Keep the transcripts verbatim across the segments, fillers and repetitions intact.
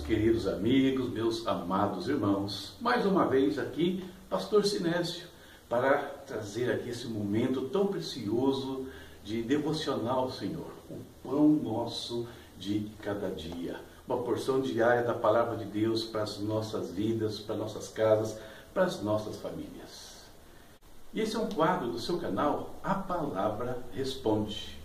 queridos amigos, meus amados irmãos, mais uma vez aqui, Pastor Sinésio, para trazer aqui esse momento tão precioso de devocionar ao Senhor, o pão nosso de cada dia, uma porção diária da Palavra de Deus para as nossas vidas, para nossas casas, para as nossas famílias. E esse é um quadro do seu canal, A Palavra Responde.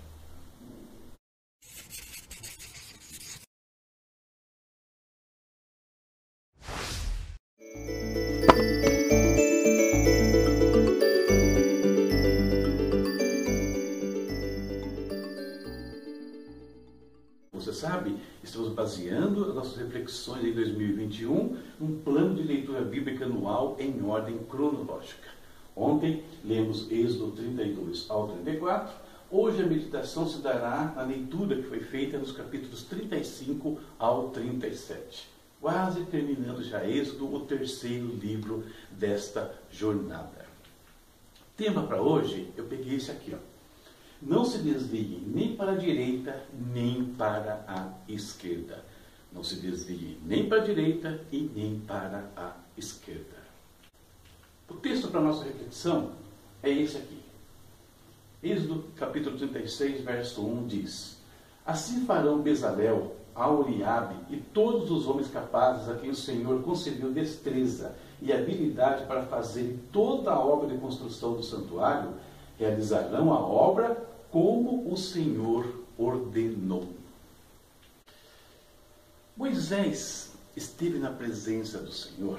Você sabe, estamos baseando as nossas reflexões em dois mil e vinte e um num plano de leitura bíblica anual em ordem cronológica. Ontem lemos Êxodo trinta e dois ao trinta e quatro. Hoje a meditação se dará na leitura que foi feita nos capítulos trinta e cinco ao trinta e sete. Quase terminando já Êxodo, o terceiro livro desta jornada. Tema para hoje, eu peguei esse aqui, ó. Não se desvie nem para a direita, nem para a esquerda. Não se desvie nem para a direita e nem para a esquerda. O texto para a nossa reflexão é esse aqui. Êxodo capítulo trinta e seis, verso um diz: Assim farão Bezalel, Aholiabe e todos os homens capazes a quem o Senhor concedeu destreza e habilidade para fazerem toda a obra de construção do santuário, realizarão a obra como o Senhor ordenou. Moisés esteve na presença do Senhor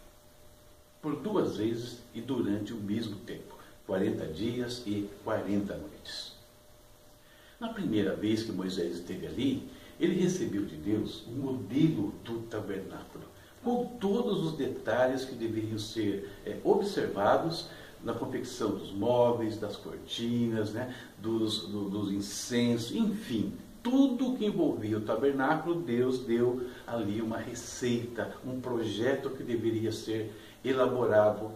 por duas vezes e durante o mesmo tempo, quarenta dias e quarenta noites. Na primeira vez que Moisés esteve ali, ele recebeu de Deus o modelo do tabernáculo, com todos os detalhes que deveriam ser é, observados na confecção dos móveis, das cortinas, né, dos, do, dos incensos, enfim, tudo que envolvia o tabernáculo, Deus deu ali uma receita, um projeto que deveria ser elaborado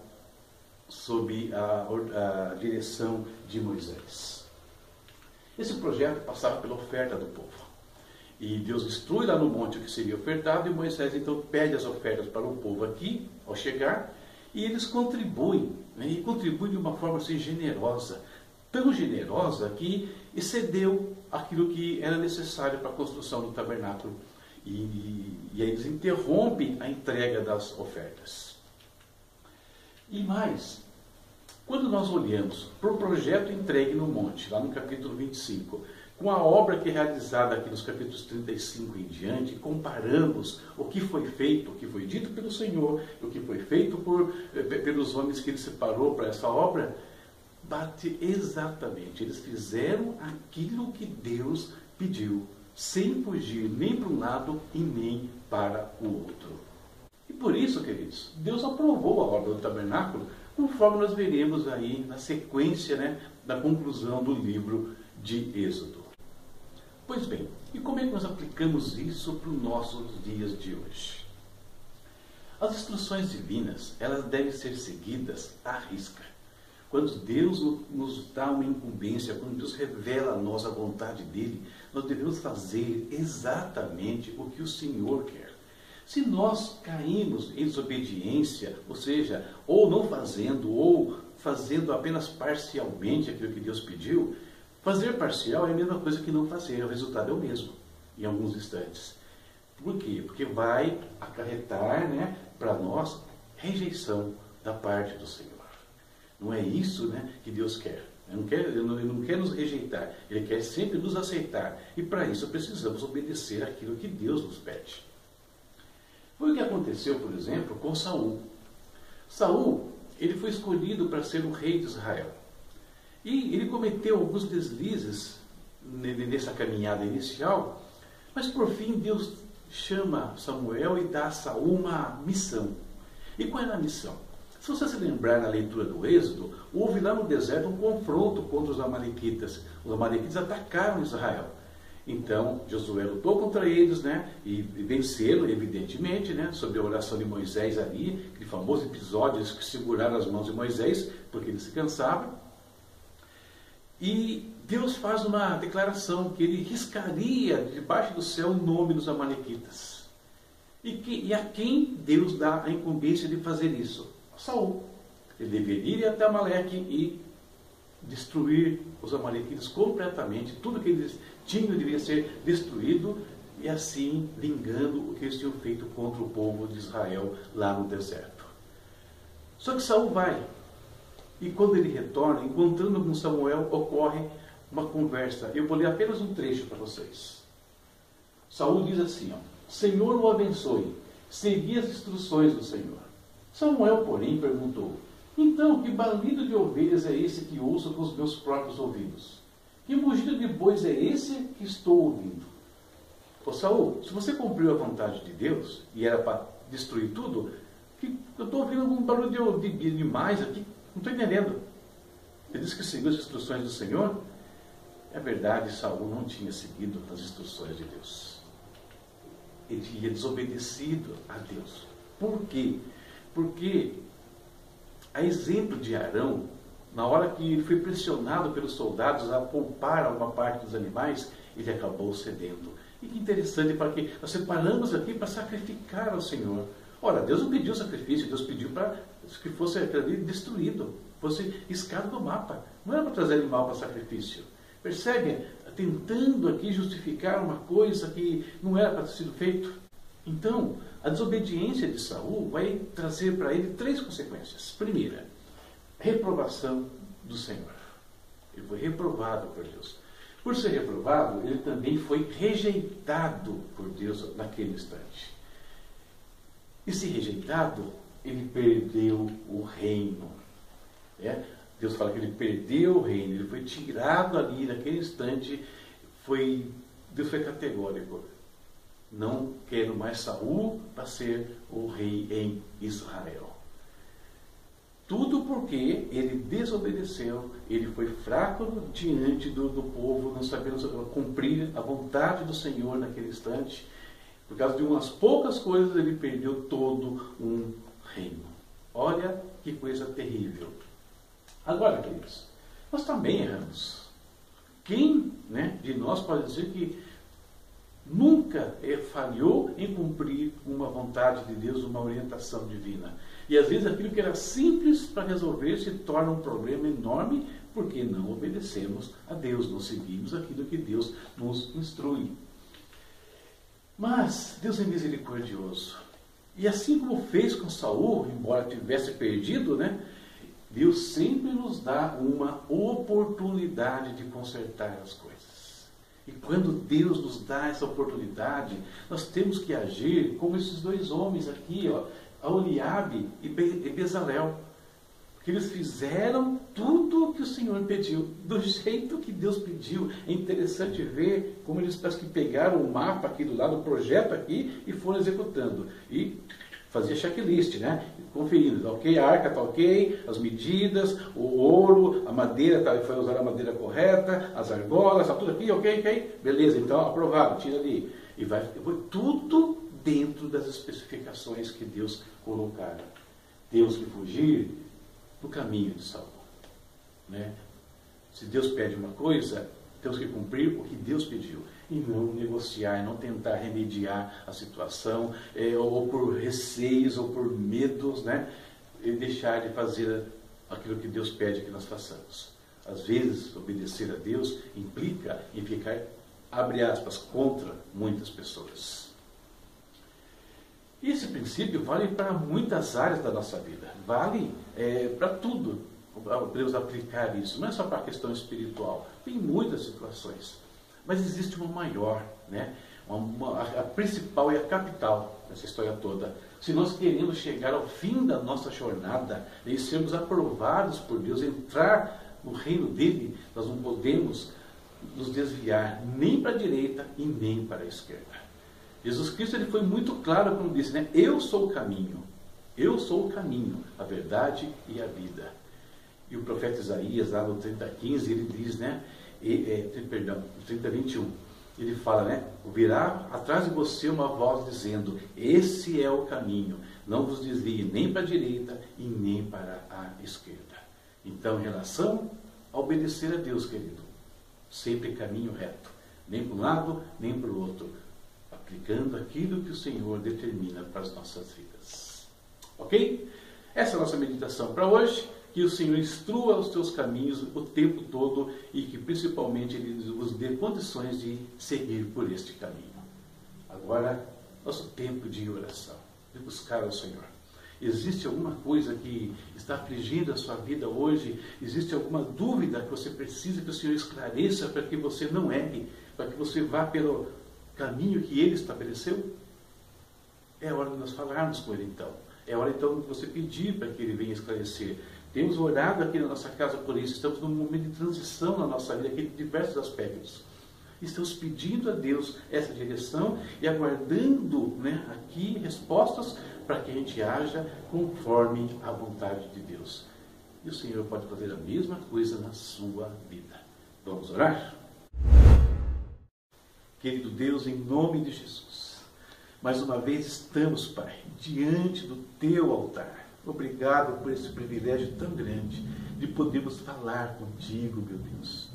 sob a, a direção de Moisés. Esse projeto passava pela oferta do povo. E Deus instrui lá no monte o que seria ofertado, e Moisés então pede as ofertas para o povo aqui, ao chegar, e eles contribuem, né, e contribuem de uma forma assim, generosa, tão generosa que excedeu aquilo que era necessário para a construção do tabernáculo. E, e, e aí eles interrompem a entrega das ofertas. E mais, quando nós olhamos para o projeto entregue no monte, lá no capítulo vinte e cinco, com a obra que é realizada aqui nos capítulos trinta e cinco em diante, comparamos o que foi feito, o que foi dito pelo Senhor, o que foi feito por, pelos homens que ele separou para essa obra, bate exatamente. Eles fizeram aquilo que Deus pediu, sem fugir nem para um lado e nem para o outro. E por isso, queridos, Deus aprovou a obra do tabernáculo, conforme nós veremos aí na sequência, né, da conclusão do livro de Êxodo. Pois bem, e como é que nós aplicamos isso para os nossos dias de hoje? As instruções divinas, elas devem ser seguidas à risca. Quando Deus nos dá uma incumbência, quando Deus revela a nós a vontade dele, nós devemos fazer exatamente o que o Senhor quer. Se nós caímos em desobediência, ou seja, ou não fazendo, ou fazendo apenas parcialmente aquilo que Deus pediu, fazer parcial é a mesma coisa que não fazer, o resultado é o mesmo, em alguns instantes. Por quê? Porque vai acarretar, né, para nós rejeição da parte do Senhor. Não é isso, né, que Deus quer. Ele não quer, ele não, ele não quer nos rejeitar, Ele quer sempre nos aceitar. E para isso precisamos obedecer aquilo que Deus nos pede. Foi o que aconteceu, por exemplo, com Saul. Saul, ele foi escolhido para ser o rei de Israel. E ele cometeu alguns deslizes nessa caminhada inicial, mas por fim Deus chama Samuel e dá a Saul uma missão. E qual era a missão? Se você se lembrar na leitura do Êxodo, houve lá no deserto um confronto contra os amalequitas. Os amalequitas atacaram Israel. Então, Josué lutou contra eles, né, e venceram, evidentemente, né, sob a oração de Moisés ali, aquele famoso episódio que seguraram as mãos de Moisés, porque ele se cansava. E Deus faz uma declaração que ele riscaria debaixo do céu o nome dos amalequitas. E, que, e a quem Deus dá a incumbência de fazer isso? A Saul. Ele deveria ir até Amaleque e destruir os amalequitas completamente. Tudo que eles tinham deveria ser destruído, e assim vingando o que eles tinham feito contra o povo de Israel lá no deserto. Só que Saul vai. E quando ele retorna, encontrando com Samuel, ocorre uma conversa. Eu vou ler apenas um trecho para vocês. Saul diz assim, ó, Senhor o abençoe, segui as instruções do Senhor. Samuel, porém, perguntou, então, que balido de ovelhas é esse que ouço com os meus próprios ouvidos? Que mugido de bois é esse que estou ouvindo? Ô Saul, se você cumpriu a vontade de Deus, e era para destruir tudo, que eu estou ouvindo algum barulho de, de, de mais aqui, não estou entendendo. Ele disse que seguiu as instruções do Senhor. É verdade, Saul não tinha seguido as instruções de Deus. Ele tinha desobedecido a Deus. Por quê? Porque, a exemplo de Arão, na hora que ele foi pressionado pelos soldados a poupar alguma parte dos animais, ele acabou cedendo. E que interessante, para que nós separamos aqui para sacrificar ao Senhor. Ora, Deus não pediu sacrifício, Deus pediu para que fosse ali destruído, fosse riscado do mapa. Não era para trazer animal para sacrifício. Percebe? Tentando aqui justificar uma coisa que não era para ter sido feito. Então, a desobediência de Saul vai trazer para ele três consequências. Primeira, reprovação do Senhor. Ele foi reprovado por Deus. Por ser reprovado, ele também foi rejeitado por Deus naquele instante. E se rejeitado, ele perdeu o reino. É? Deus fala que ele perdeu o reino, ele foi tirado ali naquele instante, foi, Deus foi categórico. Não quero mais Saul para ser o rei em Israel. Tudo porque ele desobedeceu, ele foi fraco diante do, do povo, não sabendo cumprir a vontade do Senhor naquele instante. Por causa de umas poucas coisas, ele perdeu todo um reino. Olha que coisa terrível. Agora, queridos, nós também erramos. Quem, né, de nós pode dizer que nunca falhou em cumprir uma vontade de Deus, uma orientação divina? E às vezes aquilo que era simples para resolver se torna um problema enorme porque não obedecemos a Deus, não seguimos aquilo que Deus nos instrui. Mas Deus é misericordioso. E assim como fez com Saul, embora tivesse perdido, né, Deus sempre nos dá uma oportunidade de consertar as coisas. E quando Deus nos dá essa oportunidade, nós temos que agir como esses dois homens aqui, ó, Aholiabe e Bezalel. Porque eles fizeram tudo o que o Senhor pediu, do jeito que Deus pediu. É interessante ver como eles parece que pegaram o mapa aqui do lado, o projeto aqui, e foram executando. E fazia checklist, né? Conferindo, tá ok, a arca está ok, as medidas, o ouro, a madeira, tá, foi usar a madeira correta, as argolas, está tudo aqui, ok, ok? Beleza, então aprovado, tira ali. E vai, foi tudo dentro das especificações que Deus colocara. Temos que fugir do caminho de Saul. Né? Se Deus pede uma coisa, temos que cumprir o que Deus pediu. E não negociar, não tentar remediar a situação, é, ou por receios, ou por medos, né? E deixar de fazer aquilo que Deus pede que nós façamos. Às vezes, obedecer a Deus implica em ficar, abre aspas, contra muitas pessoas. E esse princípio vale para muitas áreas da nossa vida. Vale é, para tudo. Podemos aplicar isso. Não é só para a questão espiritual. Tem muitas situações. Mas existe uma maior, né? Uma, uma, a principal e a capital dessa história toda. Se nós queremos chegar ao fim da nossa jornada e sermos aprovados por Deus, entrar no reino dele, nós não podemos nos desviar nem para a direita e nem para a esquerda. Jesus Cristo ele foi muito claro quando disse, né? Eu sou o caminho, eu sou o caminho, a verdade e a vida. E o profeta Isaías, lá no trinta, quinze, ele diz, né? E, é, perdão, no trinta, vinte e um, ele fala, né? Virá atrás de você uma voz dizendo, esse é o caminho, não vos desvie nem para a direita e nem para a esquerda. Então, em relação a obedecer a Deus, querido, sempre caminho reto, nem para um lado, nem para o outro. aplicando aquilo que o Senhor determina para as nossas vidas. Ok? Essa é a nossa meditação para hoje. Que o Senhor instrua os teus caminhos o tempo todo e que principalmente Ele vos dê condições de seguir por este caminho. Agora, nosso tempo de oração, de buscar ao Senhor. Existe alguma coisa que está afligindo a sua vida hoje? Existe alguma dúvida que você precisa que o Senhor esclareça para que você não erre, para que você vá pelo caminho que Ele estabeleceu? É hora de nós falarmos com Ele então. É hora então de você pedir para que Ele venha esclarecer. Temos orado aqui na nossa casa por isso. Estamos num momento de transição na nossa vida, aqui de diversos aspectos. Estamos pedindo a Deus essa direção e aguardando, né, aqui respostas para que a gente haja conforme a vontade de Deus. E o Senhor pode fazer a mesma coisa na sua vida. Vamos orar? Querido Deus, em nome de Jesus, mais uma vez estamos, Pai, diante do Teu altar. Obrigado por esse privilégio tão grande de podermos falar contigo, meu Deus.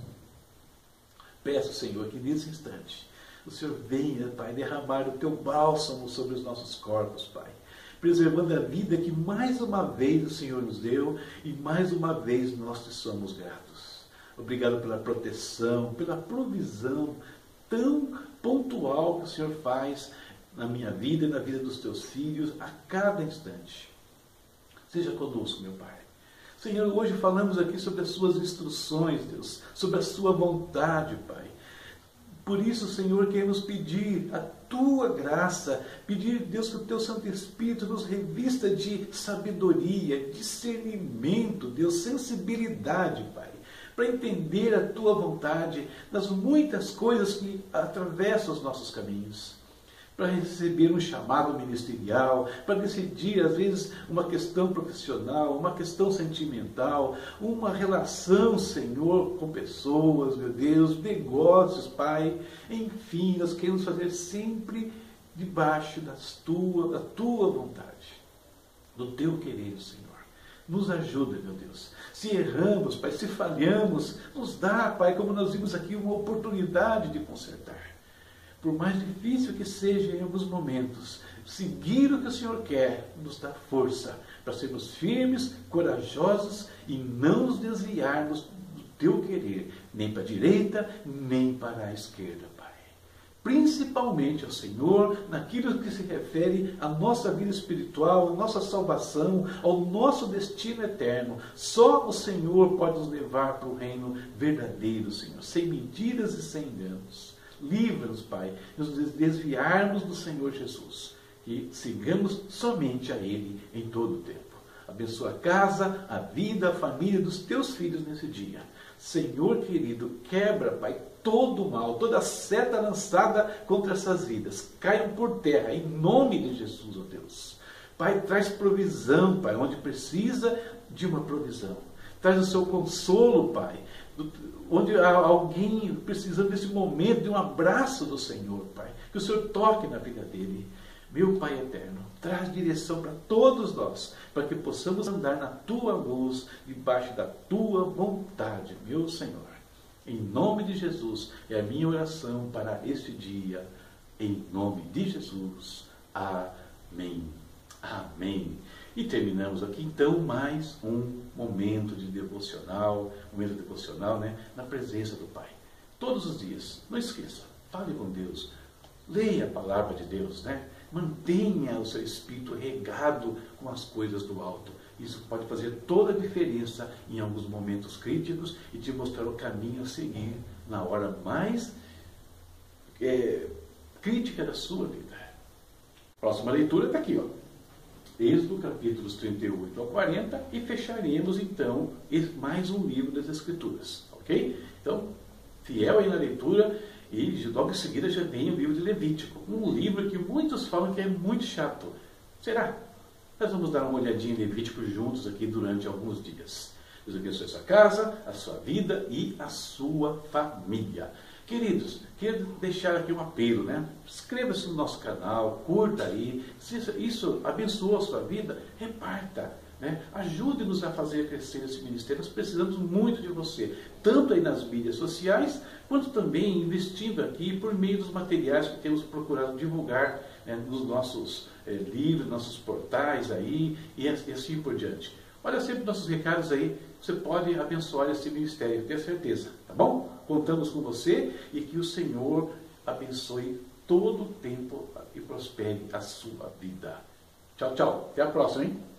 Peço, Senhor, que nesse instante o Senhor venha, Pai, derramar o Teu bálsamo sobre os nossos corpos, Pai, preservando a vida que mais uma vez o Senhor nos deu e mais uma vez nós te somos gratos. Obrigado pela proteção, pela provisão tão pontual que o Senhor faz na minha vida e na vida dos Teus filhos a cada instante. Seja conosco, meu Pai. Senhor, hoje falamos aqui sobre as Suas instruções, Deus, sobre a Sua vontade, Pai. Por isso, Senhor, queremos pedir a Tua graça, pedir, Deus, que o Teu Santo Espírito nos revista de sabedoria, discernimento, Deus, sensibilidade, Pai, para entender a Tua vontade nas muitas coisas que atravessam os nossos caminhos. Para receber um chamado ministerial, para decidir, às vezes, uma questão profissional, uma questão sentimental, uma relação, Senhor, com pessoas, meu Deus, negócios, Pai. Enfim, nós queremos fazer sempre debaixo das tua, da Tua vontade, do Teu querer, Senhor. Nos ajuda, meu Deus. Se erramos, Pai, se falhamos, nos dá, Pai, como nós vimos aqui, uma oportunidade de consertar. Por mais difícil que seja em alguns momentos, seguir o que o Senhor quer nos dá força para sermos firmes, corajosos e não nos desviarmos do Teu querer, nem para a direita, nem para a esquerda, Pai. Principalmente ao Senhor, naquilo que se refere à nossa vida espiritual, à nossa salvação, ao nosso destino eterno. Só o Senhor pode nos levar para o reino verdadeiro, Senhor, sem mentiras e sem enganos. Livra-nos, Pai, de nos desviarmos do Senhor Jesus e sigamos somente a Ele em todo o tempo. Abençoa a casa, a vida, a família dos Teus filhos nesse dia. Senhor querido, quebra, Pai, todo o mal, toda a seta lançada contra essas vidas. Caiam por terra, em nome de Jesus, ó Deus. Pai, traz provisão, Pai, onde precisa de uma provisão. Traz o Seu consolo, Pai, onde há alguém precisando desse momento de um abraço do Senhor, Pai. Que o Senhor toque na vida dele. Meu Pai eterno, traz direção para todos nós, para que possamos andar na Tua luz, debaixo da Tua vontade, meu Senhor. Em nome de Jesus, é a minha oração para este dia. Em nome de Jesus. Amém. Amém. E terminamos aqui então mais um momento de devocional, momento devocional, né, na presença do Pai. Todos os dias, não esqueça, fale com Deus, leia a palavra de Deus, né? Mantenha o seu espírito regado com as coisas do alto. Isso pode fazer toda a diferença em alguns momentos críticos e te mostrar o caminho a seguir na hora mais é, crítica da sua vida. Próxima leitura está aqui, ó. Êxodo, capítulos trinta e oito ao quarenta, e fecharemos então mais um livro das Escrituras, ok? Então, fiel aí na leitura, e logo em seguida já vem o livro de Levítico, um livro que muitos falam que é muito chato. Será? Nós vamos dar uma olhadinha em Levítico juntos aqui durante alguns dias. Deus abençoe a sua casa, a sua vida e a sua família. Queridos, quero deixar aqui um apelo, né? Inscreva-se no nosso canal, curta aí. Se isso abençoou a sua vida, reparta, né? Ajude-nos a fazer crescer esse ministério. Nós precisamos muito de você, tanto aí nas mídias sociais, quanto também investindo aqui por meio dos materiais que temos procurado divulgar, né, nos nossos é, livros, nossos portais aí, e assim por diante. Olha sempre nossos recados aí, você pode abençoar esse ministério, tenho certeza, tá bom? Contamos com você e que o Senhor abençoe todo o tempo e prospere a sua vida. Tchau, tchau. Até a próxima, hein?